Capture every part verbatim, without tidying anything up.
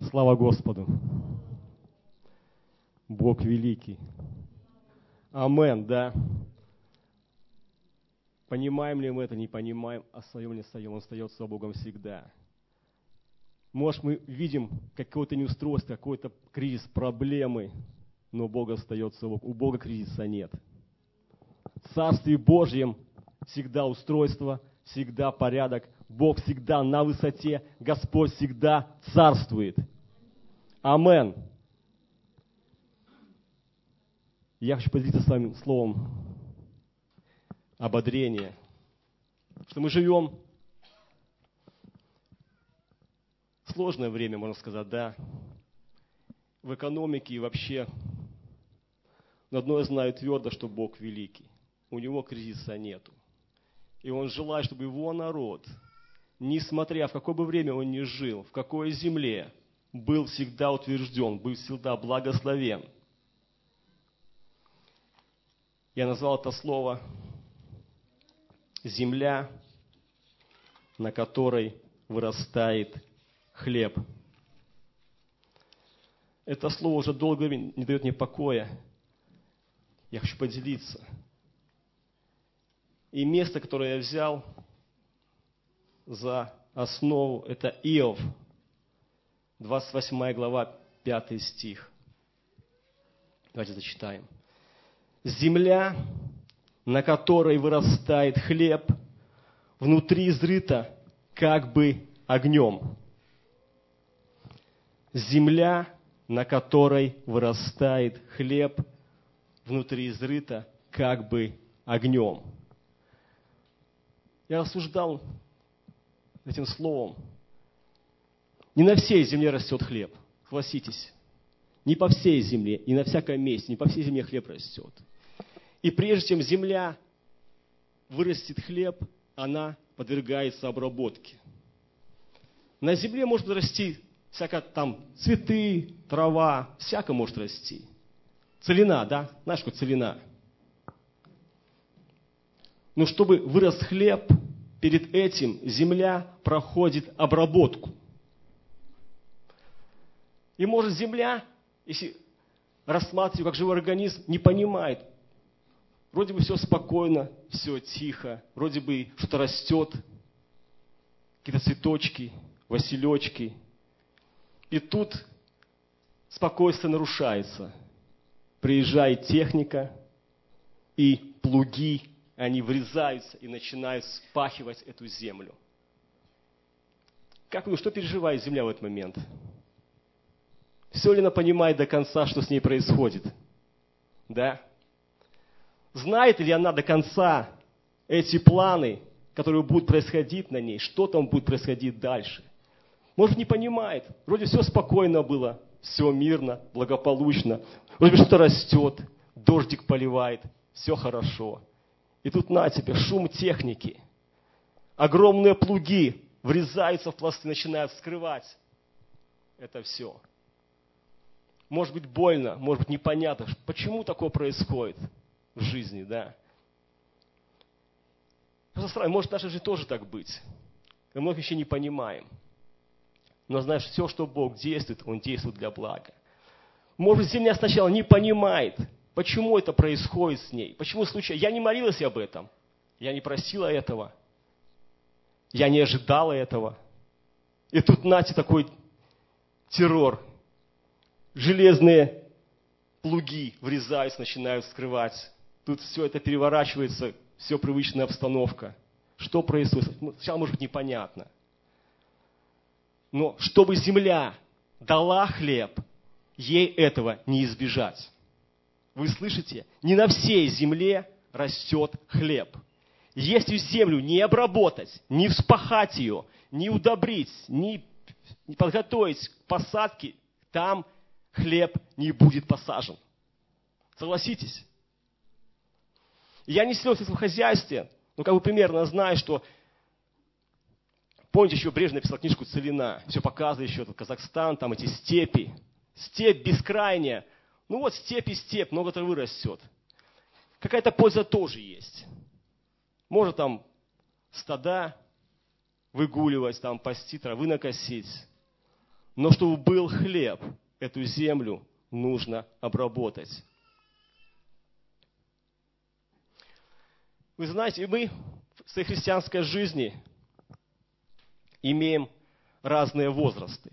Слава Господу! Бог великий. Амен, да. Понимаем ли мы это, не понимаем, остаем не остаем, Он остается Богом всегда. Может, мы видим какое-то неустройство, какой-то кризис, проблемы, но Бог остается Богом. У Бога кризиса нет. В Царстве Божьем всегда устройство, всегда порядок. Бог всегда на высоте, Господь всегда царствует. Амен. Я хочу поделиться с вами словом ободрения, что мы живем в сложное время, можно сказать, да, в экономике и вообще. Но одно я знаю твердо, что Бог великий. У Него кризиса нету. И Он желает, чтобы Его народ, несмотря в какое бы время он ни жил, в какой земле, был всегда утвержден, был всегда благословен. Я назвал это слово «земля, на которой вырастает хлеб». Это слово уже долго не дает мне покоя. Я хочу поделиться. И место, которое я взял за основу, это Иов, двадцать восьмая глава, пятый стих. Давайте зачитаем. «Земля, на которой вырастает хлеб, внутри изрыта как бы огнем». Земля, на которой вырастает хлеб, внутри изрыта как бы огнем. Я рассуждал этим словом. Не на всей земле растет хлеб, согласитесь. Не по всей земле, и на всяком месте, не по всей земле хлеб растет. И прежде чем земля вырастет хлеб, она подвергается обработке. На земле может расти всякое там цветы, трава, всякое может расти. Целина, да? Знаешь, что целина? Но чтобы вырос хлеб, перед этим земля проходит обработку. И может земля, если рассматривать как живой организм, не понимает. Вроде бы все спокойно, все тихо, вроде бы что-то растет, какие-то цветочки, василечки. И тут спокойствие нарушается. Приезжает техника, и плуги, они врезаются и начинают спахивать эту землю. Как вы, что переживает земля в этот момент? Все ли она понимает до конца, что с ней происходит? Да? Знает ли она до конца эти планы, которые будут происходить на ней, что там будет происходить дальше? Может, не понимает. Вроде все спокойно было, все мирно, благополучно. Вроде что-то растет, дождик поливает, все хорошо. И тут на тебе шум техники. Огромные плуги врезаются в пласты, начинают вскрывать это все. Может быть больно, может быть непонятно, почему такое происходит в жизни, да. Может, в нашей жизни тоже так быть. Мы многих еще не понимаем. Но знаешь, все, что Бог действует, Он действует для блага. Может, земля сначала не понимает, почему это происходит с ней, почему случай. Я не молилась об этом, я не просила этого, я не ожидала этого. И тут, нате, такой террор. Железные плуги врезаются, начинают вскрывать. Тут все это переворачивается, все привычная обстановка. Что происходит? Сначала, может быть, непонятно. Но чтобы земля дала хлеб, ей этого не избежать. Вы слышите? Не на всей земле растет хлеб. Если землю не обработать, не вспахать ее, не удобрить, не подготовить к посадке, там хлеб не будет посажен. Согласитесь? Я не силен в сельском хозяйстве, но как бы примерно знаю, что... Помните, еще Брежнев написал книжку «Целина». Все показывает еще, Казахстан, там эти степи. Степь бескрайняя. Ну вот степь и степь, много травы растет. Какая-то польза тоже есть. Можно там стада выгуливать, там пасти, травы накосить. Но чтобы был хлеб, эту землю нужно обработать. Вы знаете, мы в своей христианской жизни имеем разные возрасты.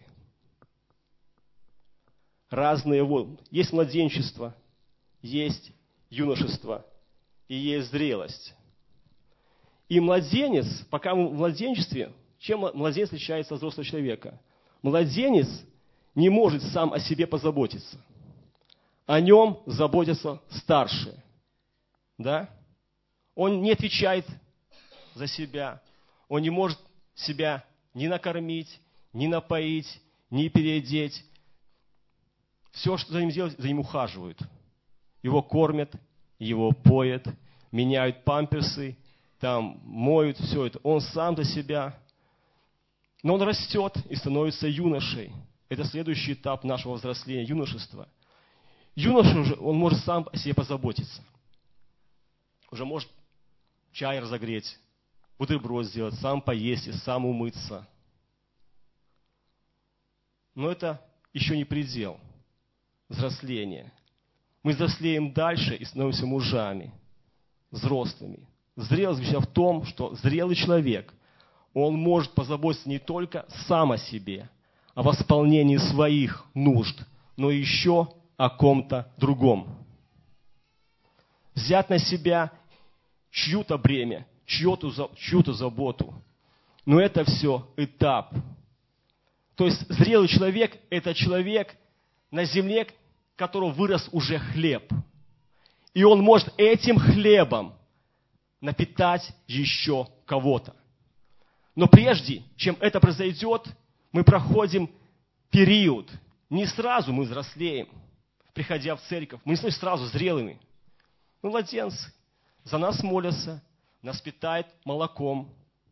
Разные возрасты. Есть младенчество, есть юношество и есть зрелость. И младенец, пока мы в младенчестве, чем младенец отличается от взрослого человека? Младенец не может сам о себе позаботиться. О нем заботятся старшие. Да? Он не отвечает за себя. Он не может себя ни накормить, ни напоить, ни переодеть. Все, что за ним делают, за ним ухаживают. Его кормят, его поят, меняют памперсы, там моют все это. Он сам за себя. Но он растет и становится юношей. Это следующий этап нашего взросления, юношества. Юноша уже, он может сам о себе позаботиться. Уже может чай разогреть, бутерброд сделать, сам поесть и сам умыться. Но это еще не предел взросления. Мы взрослеем дальше и становимся мужами, взрослыми. Зрелость заключается в том, что зрелый человек, он может позаботиться не только сам о себе, о восполнении своих нужд, но еще о ком-то другом. Взять на себя чью-то бремя, чью-то, чью-то заботу. Но это все этап. То есть зрелый человек – это человек на земле, у которого вырос уже хлеб. И он может этим хлебом напитать еще кого-то. Но прежде, чем это произойдет, мы проходим период. Не сразу мы взрослеем, приходя в церковь. Мы не становимся сразу зрелыми. Мы младенцы. За нас молятся, нас питают молоком.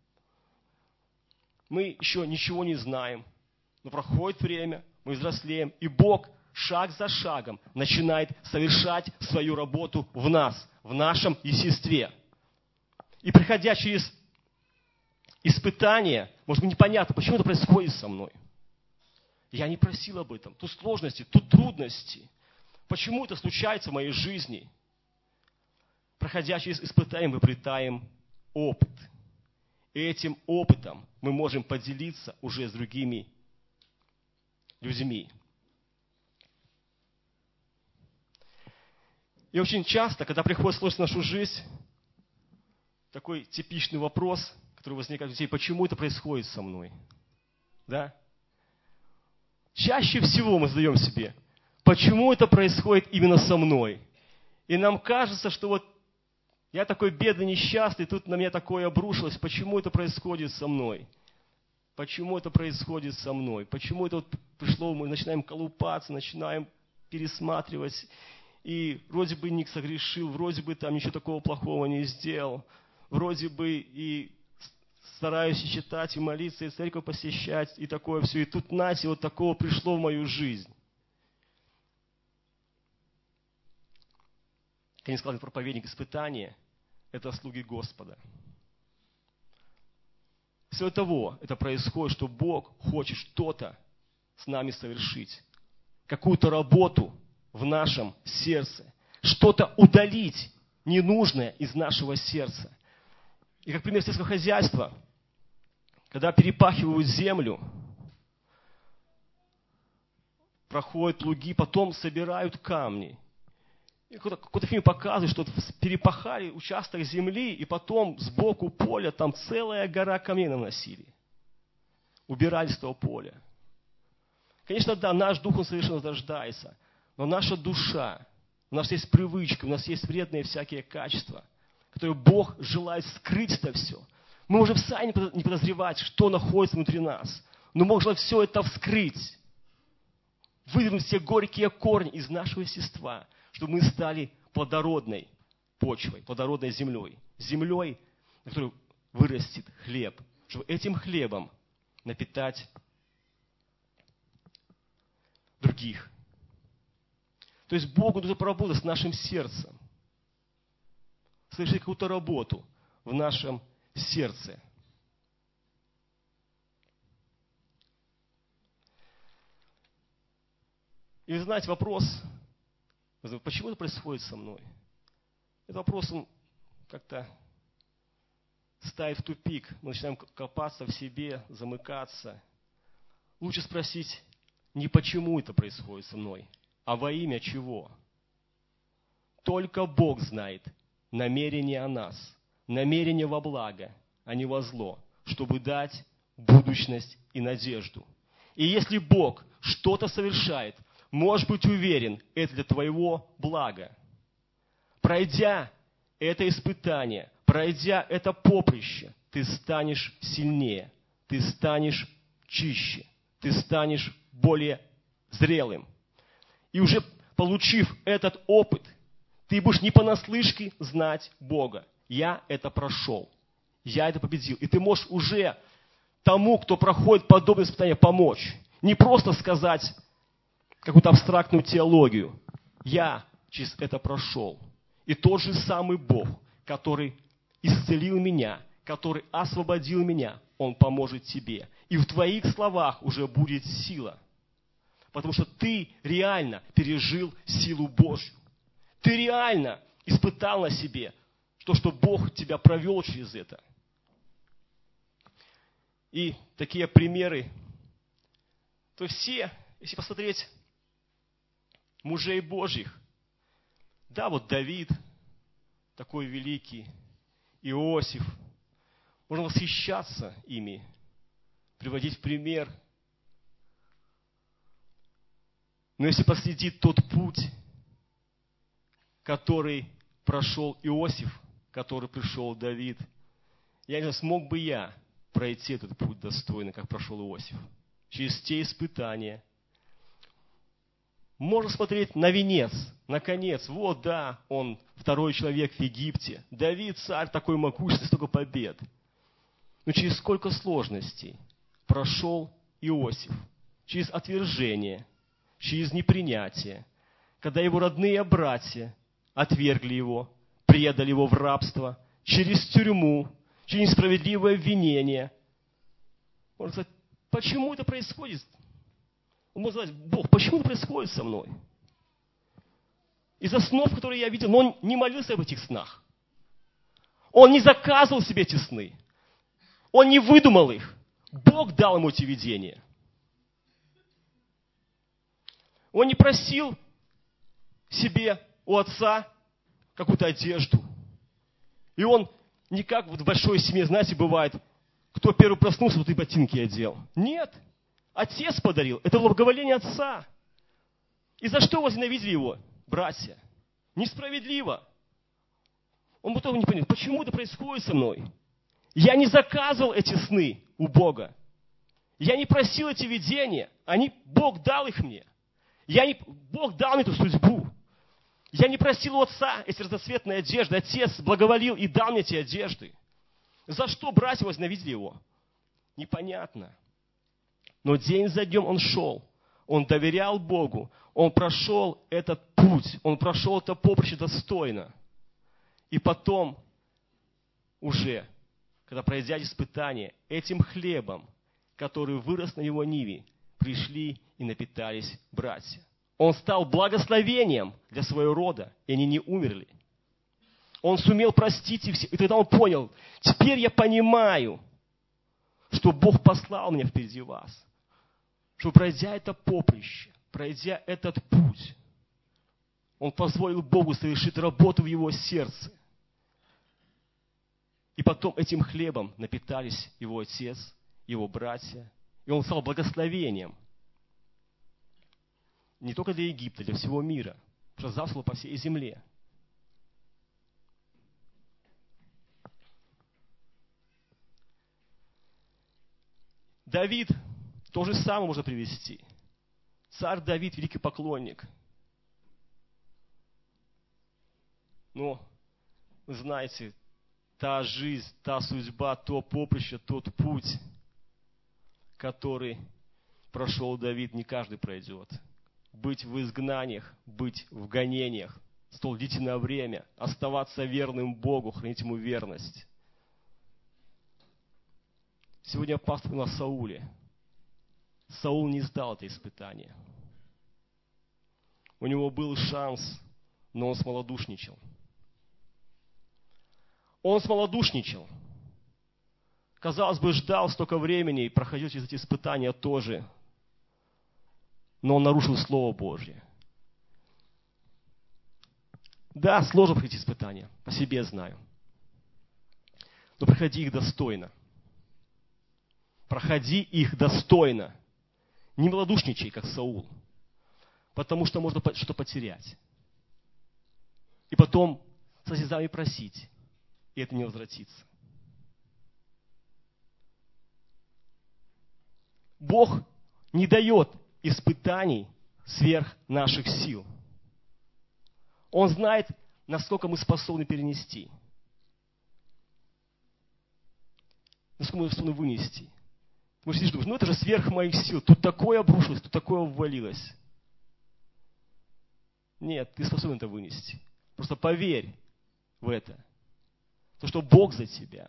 Мы еще ничего не знаем. Но проходит время, мы взрослеем, и Бог шаг за шагом начинает совершать свою работу в нас, в нашем естестве. И приходя через испытания, может быть, непонятно, почему это происходит со мной. Я не просил об этом. Тут сложности, тут трудности. Почему это случается в моей жизни? Проходя через испытания, мы обретаем опыт. И этим опытом мы можем поделиться уже с другими людьми. И очень часто, когда приходит сложность в нашу жизнь, такой типичный вопрос, который возникает у людей: почему это происходит со мной? Да? Чаще всего мы задаем себе, почему это происходит именно со мной? И нам кажется, что вот я такой бедный, несчастный, тут на меня такое обрушилось, почему это происходит со мной? Почему это происходит со мной? Почему это вот пришло, мы начинаем колупаться, начинаем пересматривать, и вроде бы не согрешил, вроде бы там ничего такого плохого не сделал, вроде бы и стараюсь и читать, и молиться, и церковь посещать, и такое все. И тут, знаете, вот такого пришло в мою жизнь. Как не сказал проповедник, испытания – это слуги Господа. Все того, это происходит, что Бог хочет что-то с нами совершить. Какую-то работу в нашем сердце. Что-то удалить ненужное из нашего сердца. И как пример сельского хозяйства, когда перепахивают землю, проходят луги, потом собирают камни. И какой-то, какой-то фильм показывает, что перепахали участок земли, и потом сбоку поля там целая гора камней наносили. Убирали с того поля. Конечно, да, наш дух, он совершенно рождается, но наша душа, у нас есть привычки, у нас есть вредные всякие качества, которые Бог желает скрыть это все. Мы можем сами не подозревать, что находится внутри нас, но можно все это вскрыть, выдернуть все горькие корни из нашего естества, чтобы мы стали плодородной почвой, плодородной землей. Землей, на которой вырастет хлеб, чтобы этим хлебом напитать других. То есть Богу нужно поработать с нашим сердцем, совершить какую-то работу в нашем сердце. И вы знаете, вопрос, почему это происходит со мной? Этот вопрос, он как-то ставит в тупик. Мы начинаем копаться в себе, замыкаться. Лучше спросить, не почему это происходит со мной, а во имя чего. Только Бог знает намерение о нас, намерение во благо, а не во зло, чтобы дать будущность и надежду. И если Бог что-то совершает, можешь быть уверен, это для твоего блага. Пройдя это испытание, пройдя это поприще, ты станешь сильнее, ты станешь чище, ты станешь более зрелым. И уже получив этот опыт, ты будешь не понаслышке знать Бога. Я это прошел, я это победил. И ты можешь уже тому, кто проходит подобное испытание, помочь. Не просто сказать какую-то абстрактную теологию. Я через это прошел. И тот же самый Бог, который исцелил меня, который освободил меня, Он поможет тебе. И в твоих словах уже будет сила. Потому что ты реально пережил силу Божью. Ты реально испытал на себе то, что Бог тебя провел через это. И такие примеры, то все, если посмотреть мужей Божьих, да, вот Давид, такой великий, Иосиф, можно восхищаться ими, приводить в пример. Но если последить тот путь, который прошел Иосиф, который пришел Давид, я не знаю, смог бы я пройти этот путь достойно, как прошел Иосиф, через те испытания. Можно смотреть на венец, на конец. Вот, да, он второй человек в Египте. Давид, царь такой могущественный, столько побед. Но через сколько сложностей прошел Иосиф? Через отвержение, через непринятие, когда его родные братья отвергли его, предали его в рабство, через тюрьму, через несправедливое обвинение. Можно сказать, почему это происходит? Он может сказать, Бог, почему это происходит со мной? Из-за снов, которые я видел, но он не молился об этих снах. Он не заказывал себе эти сны. Он не выдумал их. Бог дал ему эти видения. Он не просил себе у отца какую-то одежду. И он не как вот в большой семье, знаете, бывает, кто первый проснулся, вот и ботинки одел. Нет. Отец подарил. Это благоволение отца. И за что возненавидели его, братья? Несправедливо. Он потом не понял, почему это происходит со мной? Я не заказывал эти сны у Бога. Я не просил эти видения. Они, Бог дал их мне. Я не, Бог дал мне эту судьбу. Я не просил у отца эти разноцветные одежды. Отец благоволил и дал мне эти одежды. За что братья возненавидели его? Непонятно. Но день за днем он шел. Он доверял Богу. Он прошел этот путь. Он прошел это поприще достойно. И потом, уже, когда пройдя испытание, этим хлебом, который вырос на его ниве, пришли и напитались братья. Он стал благословением для своего рода, и они не умерли. Он сумел простить их всех. И тогда он понял, теперь я понимаю, что Бог послал меня впереди вас. Что пройдя это поприще, пройдя этот путь, он позволил Богу совершить работу в его сердце. И потом этим хлебом напитались его отец, его братья. И он стал благословением. Не только для Египта, для всего мира. Потому что заслал по всей земле. Давид, то же самое можно привести. Царь Давид, великий поклонник. Но, вы знаете, та жизнь, та судьба, то поприще, тот путь, который прошел Давид, не каждый пройдет. Быть в изгнаниях, быть в гонениях, столь длительное время, оставаться верным Богу, хранить Ему верность. Сегодня пастор у нас Сауле. Саул не сдал это испытание. У него был шанс, но он смолодушничал. Он смолодушничал. Казалось бы, ждал столько времени и проходил через эти испытания тоже. Но он нарушил Слово Божье. Да, сложно проходить испытания, по себе знаю. Но проходи их достойно. Проходи их достойно. Не малодушничай, как Саул. Потому что можно что потерять. И потом со слезами просить. И это не возвратится. Бог не дает испытаний сверх наших сил. Он знает, насколько мы способны перенести. Насколько мы способны вынести. Ты можешь сидишь, думаешь, ну это же сверх моих сил. Тут такое обрушилось, тут такое обвалилось. Нет, ты способен это вынести. Просто поверь в это. То, что Бог за тебя.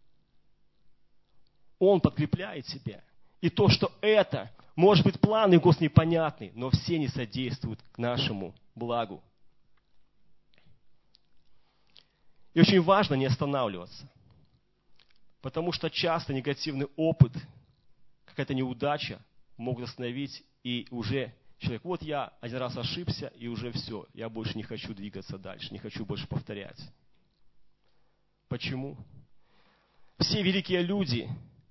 Он подкрепляет тебя. И то, что это, может быть, планы Господа непонятны, но все не содействуют к нашему благу. И очень важно не останавливаться. Потому что часто негативный опыт, какая-то неудача могут остановить, и уже человек, вот я один раз ошибся, и уже все, я больше не хочу двигаться дальше, не хочу больше повторять. Почему? Все великие люди,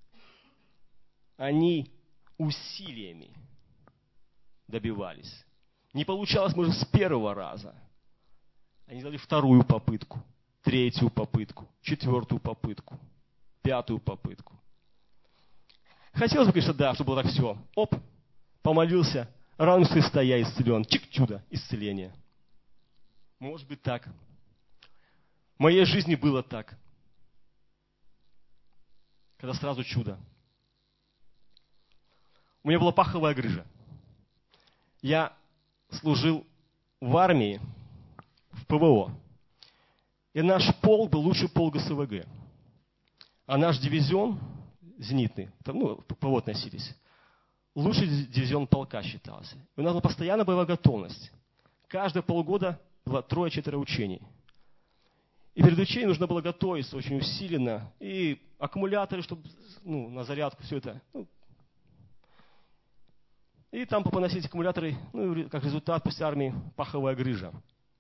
они усилиями добивались. Не получалось, может, с первого раза. Они сделали вторую попытку, третью попытку, четвертую попытку, пятую попытку. Хотелось бы, конечно, да, чтобы было так все. Оп, помолился, рану Христа я исцелен. Чик, чудо, исцеление. Может быть так. В моей жизни было так. Когда сразу чудо. У меня была паховая грыжа. Я служил в армии, в ПВО. И наш полк был лучший полк ГСВГ. А наш дивизион, зенитный, там, ну, ПВО относились, лучший дивизион полка считался. И у нас была постоянная боевая готовность. Каждые полгода было трое-четыре учений. И перед учением нужно было готовиться очень усиленно. И аккумуляторы, чтобы ну, на зарядку, все это. Ну, и там поносить аккумуляторы, ну, и как результат после армии паховая грыжа.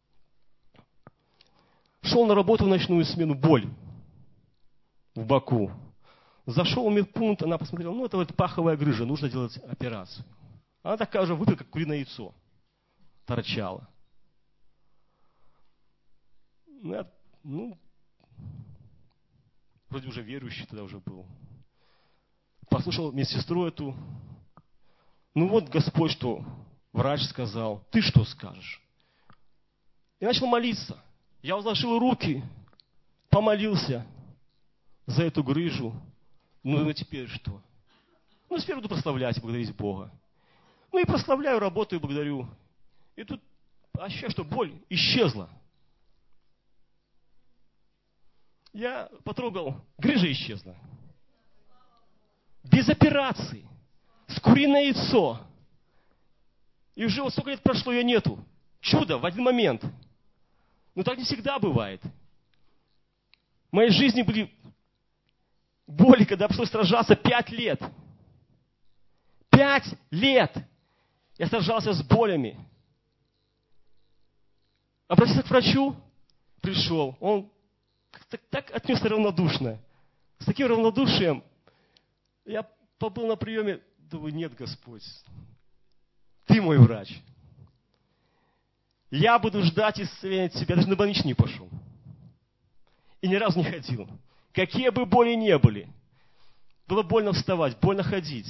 Шел на работу в ночную смену, боль в боку. Зашел в медпункт, она посмотрела, ну это вот паховая грыжа, нужно делать операцию. Она такая же выпила, как куриное яйцо. Торчала. Ну, я, ну, вроде уже верующий тогда уже был. Послушал медсестру эту. Ну вот Господь что, врач сказал, ты что скажешь? И начал молиться. Я возложил руки, помолился за эту грыжу. Ну и теперь что? Ну теперь буду прославлять и благодарить Бога. Ну и прославляю, работаю, благодарю. И тут ощущаю, что боль исчезла. Я потрогал, грыжа исчезла. Без операции. С куриное яйцо. И уже вот столько лет прошло, ее нету. Чудо в один момент. Но так не всегда бывает. В моей жизни были боли, когда пришлось сражаться пять лет. Пять лет я сражался с болями. Обратился к врачу, пришел. Он так, так отнесся равнодушно. С таким равнодушием я побыл на приеме, думаю, нет, Господь, ты мой врач. Я буду ждать исцеления от тебя. Даже на больничный не пошел. И ни разу не ходил. Какие бы боли ни были. Было больно вставать, больно ходить.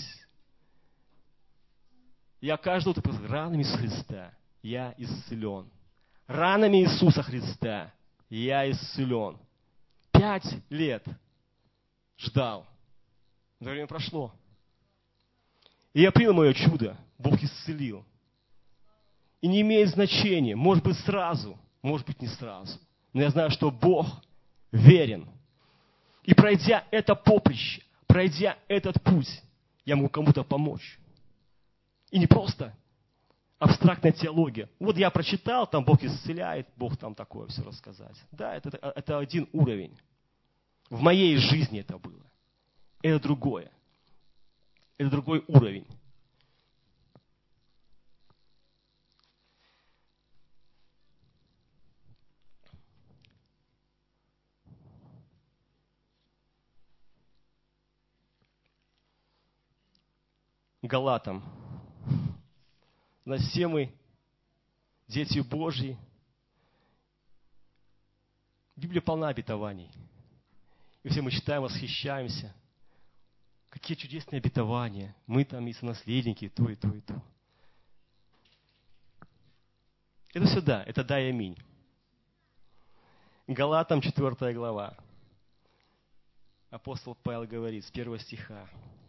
Я каждое утро просто ранами Иисуса Христа я исцелен. Ранами Иисуса Христа я исцелен. Пять лет ждал. Но время прошло. И я принял мое чудо. Бог исцелил. И не имеет значения, может быть сразу, может быть не сразу. Но я знаю, что Бог верен. И пройдя это поприще, пройдя этот путь, я могу кому-то помочь. И не просто абстрактная теология. Вот я прочитал, там Бог исцеляет, Бог там такое все рассказать. Да, это, это один уровень. В моей жизни это было. Это другое. Это другой уровень. Галатам. Значит, все мы дети Божьи. Библия полна обетований. И все мы читаем, восхищаемся. Какие чудесные обетования. Мы там и сонаследники, и то, и то, и то. Это все да, это да и аминь. Галатам четвёртая глава. Апостол Павел говорит с первого стиха.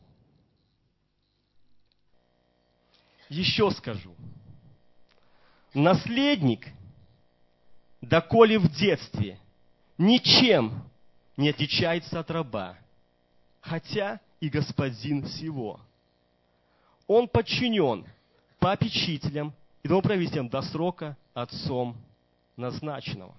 Еще скажу. Наследник, доколе в детстве, ничем не отличается от раба, хотя и господин всего. Он подчинен попечителям и домоправителям до срока отцом назначенного.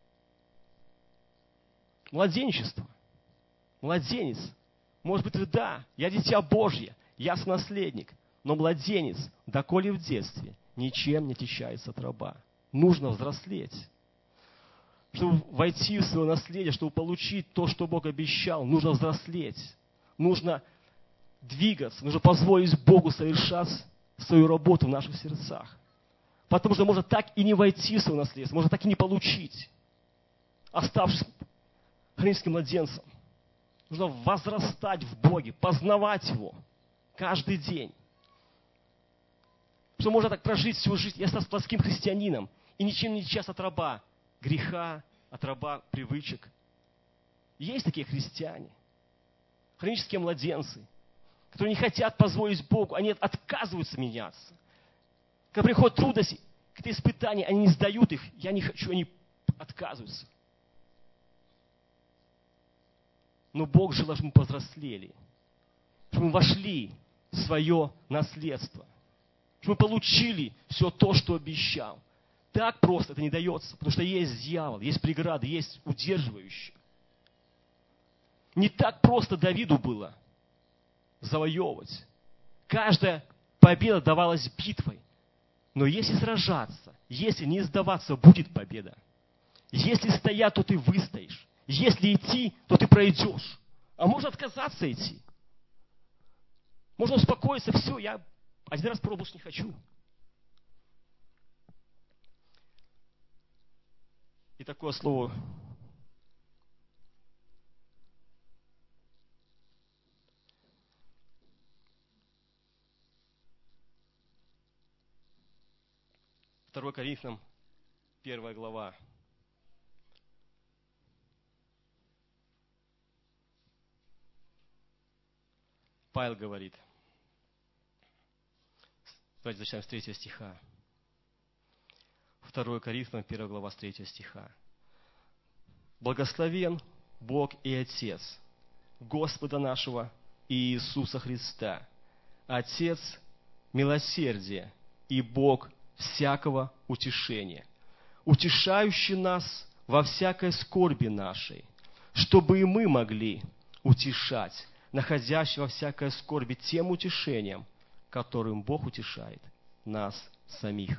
Младенчество. Младенец. Может быть, вы, да, я дитя Божье, я наследник. Но младенец, доколе в детстве, ничем не отличается от раба. Нужно взрослеть. Чтобы войти в свое наследие, чтобы получить то, что Бог обещал, нужно взрослеть. Нужно двигаться, нужно позволить Богу совершать свою работу в наших сердцах. Потому что можно так и не войти в свое наследие, можно так и не получить, оставшись хроническим младенцем. Нужно возрастать в Боге, познавать Его каждый день. Что можно так прожить всю жизнь и остаться плоским христианином, и ничем не отличаться от раба греха, от раба привычек. Есть такие христиане, хронические младенцы, которые не хотят позволить Богу, они отказываются меняться. Когда приходят трудности, какие-то испытания, они не сдают их, я не хочу, они отказываются. Но Бог желает, чтобы мы повзрослели, чтобы мы вошли в свое наследство, чтобы мы получили все то, что обещал. Так просто это не дается, потому что есть дьявол, есть преграды, есть удерживающие. Не так просто Давиду было завоевывать. Каждая победа давалась битвой. Но если сражаться, если не сдаваться, будет победа. Если стоять, то ты выстоишь. Если идти, то ты пройдешь. А можно отказаться идти. Можно успокоиться, все, я один раз пробовать не хочу. И такое слово второе Коринфянам, первая глава. Павел говорит. Давайте зачитаем с третьего стиха. второе Коринфянам, первая глава, с третьего стиха. «Благословен Бог и Отец Господа нашего Иисуса Христа, Отец милосердия и Бог всякого утешения, утешающий нас во всякой скорби нашей, чтобы и мы могли утешать находящего во всякой скорби тем утешением, которым Бог утешает нас самих».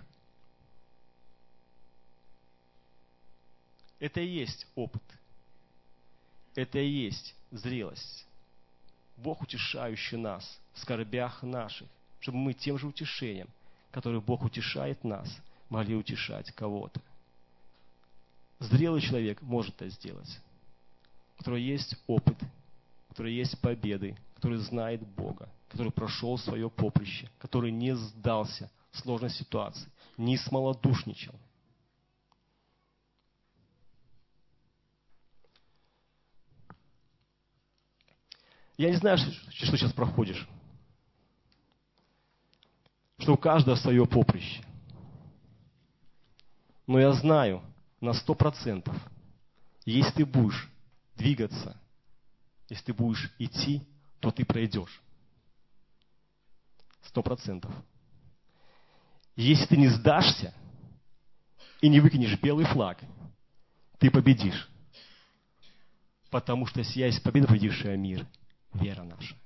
Это и есть опыт. Это и есть зрелость. Бог, утешающий нас в скорбях наших, чтобы мы тем же утешением, которым Бог утешает нас, могли утешать кого-то. Зрелый человек может это сделать, у которого есть опыт, у которого есть победы, который знает Бога, который прошел свое поприще, который не сдался в сложной ситуации, не смолодушничал. Я не знаю, что сейчас проходишь, что у каждого свое поприще. Но я знаю на сто процентов, если ты будешь двигаться, если ты будешь идти, то ты пройдешь. Сто процентов. Если ты не сдашься и не выкинешь белый флаг, ты победишь. Потому что сия есть победа, победившая мир, вера наша.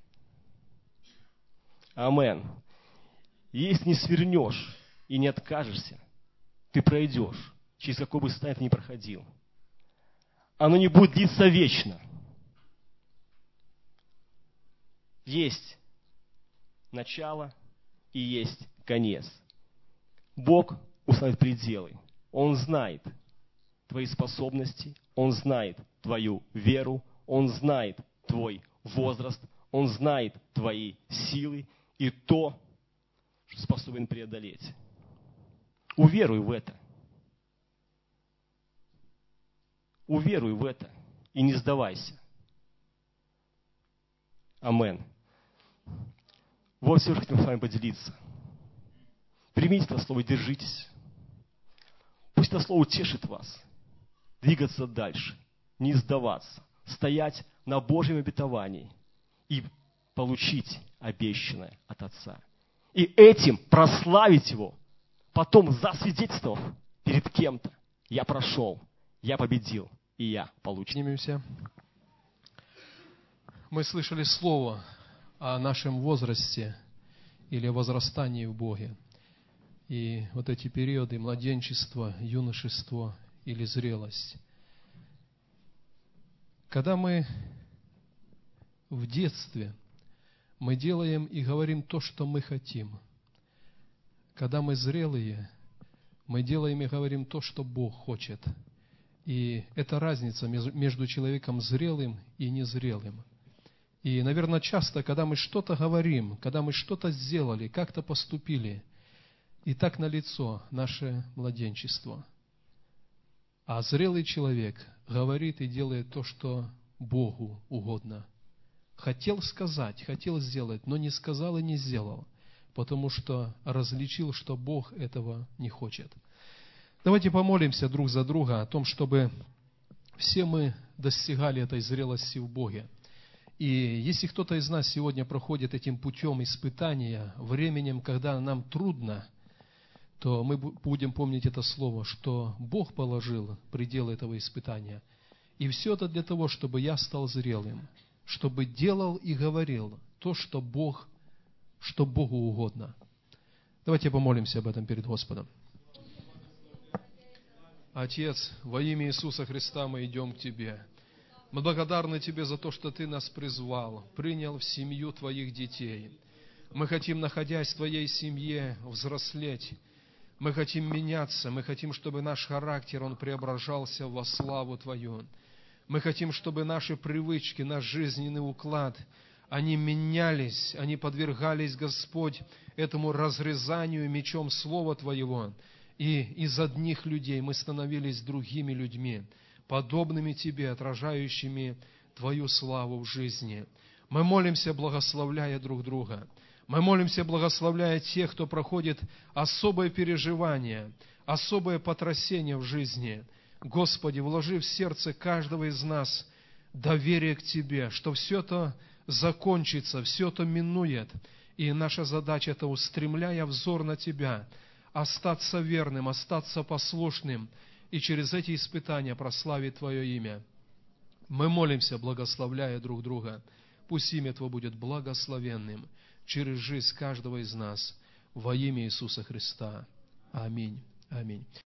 Амен. Если не свернешь и не откажешься, ты пройдешь, через какой бы стань ты ни проходил. Оно не будет длиться вечно. Есть начало и есть конец. Бог установит пределы. Он знает твои способности, Он знает твою веру, Он знает твой возраст, Он знает твои силы и то, что способен преодолеть. Уверуй в это. Уверуй в это и не сдавайся. Амен. Вот все, что хотим с вами поделиться. Примите это слово и держитесь. Пусть это слово утешит вас. Двигаться дальше, не сдаваться, стоять на Божьем обетовании и получить обещанное от Отца. И этим прославить Его, потом засвидетельствовав перед кем-то. Я прошел, я победил, и я получил. Поднимемся. Мы слышали слово о нашем возрасте или возрастании в Боге. И вот эти периоды младенчества, юношества или зрелость. Когда мы в детстве, мы делаем и говорим то, что мы хотим. Когда мы зрелые, мы делаем и говорим то, что Бог хочет. И это разница между человеком зрелым и незрелым. И, наверное, часто, когда мы что-то говорим, когда мы что-то сделали, как-то поступили, и так налицо наше младенчество. А зрелый человек говорит и делает то, что Богу угодно. Хотел сказать, хотел сделать, но не сказал и не сделал, потому что различил, что Бог этого не хочет. Давайте помолимся друг за друга о том, чтобы все мы достигали этой зрелости в Боге. И если кто-то из нас сегодня проходит этим путем испытания, временем, когда нам трудно, то мы будем помнить это слово, что Бог положил предел этого испытания. И все это для того, чтобы я стал зрелым, чтобы делал и говорил то, что Бог, что Богу угодно. Давайте помолимся об этом перед Господом. Отец, во имя Иисуса Христа мы идем к Тебе. Мы благодарны Тебе за то, что Ты нас призвал, принял в семью Твоих детей. Мы хотим, находясь в Твоей семье, взрослеть. Мы хотим меняться, мы хотим, чтобы наш характер, он преображался во славу Твою. Мы хотим, чтобы наши привычки, наш жизненный уклад, они менялись, они подвергались, Господь, этому разрезанию мечом Слова Твоего. И из одних людей мы становились другими людьми, подобными Тебе, отражающими Твою славу в жизни. Мы молимся, благословляя друг друга. Мы молимся, благословляя тех, кто проходит особое переживание, особое потрясение в жизни. Господи, вложи в сердце каждого из нас доверие к Тебе, что все это закончится, все это минует. И наша задача – это, устремляя взор на Тебя, остаться верным, остаться послушным и через эти испытания прославить Твое имя. Мы молимся, благословляя друг друга. Пусть имя Твое будет благословенным через жизнь каждого из нас во имя Иисуса Христа. Аминь. Аминь.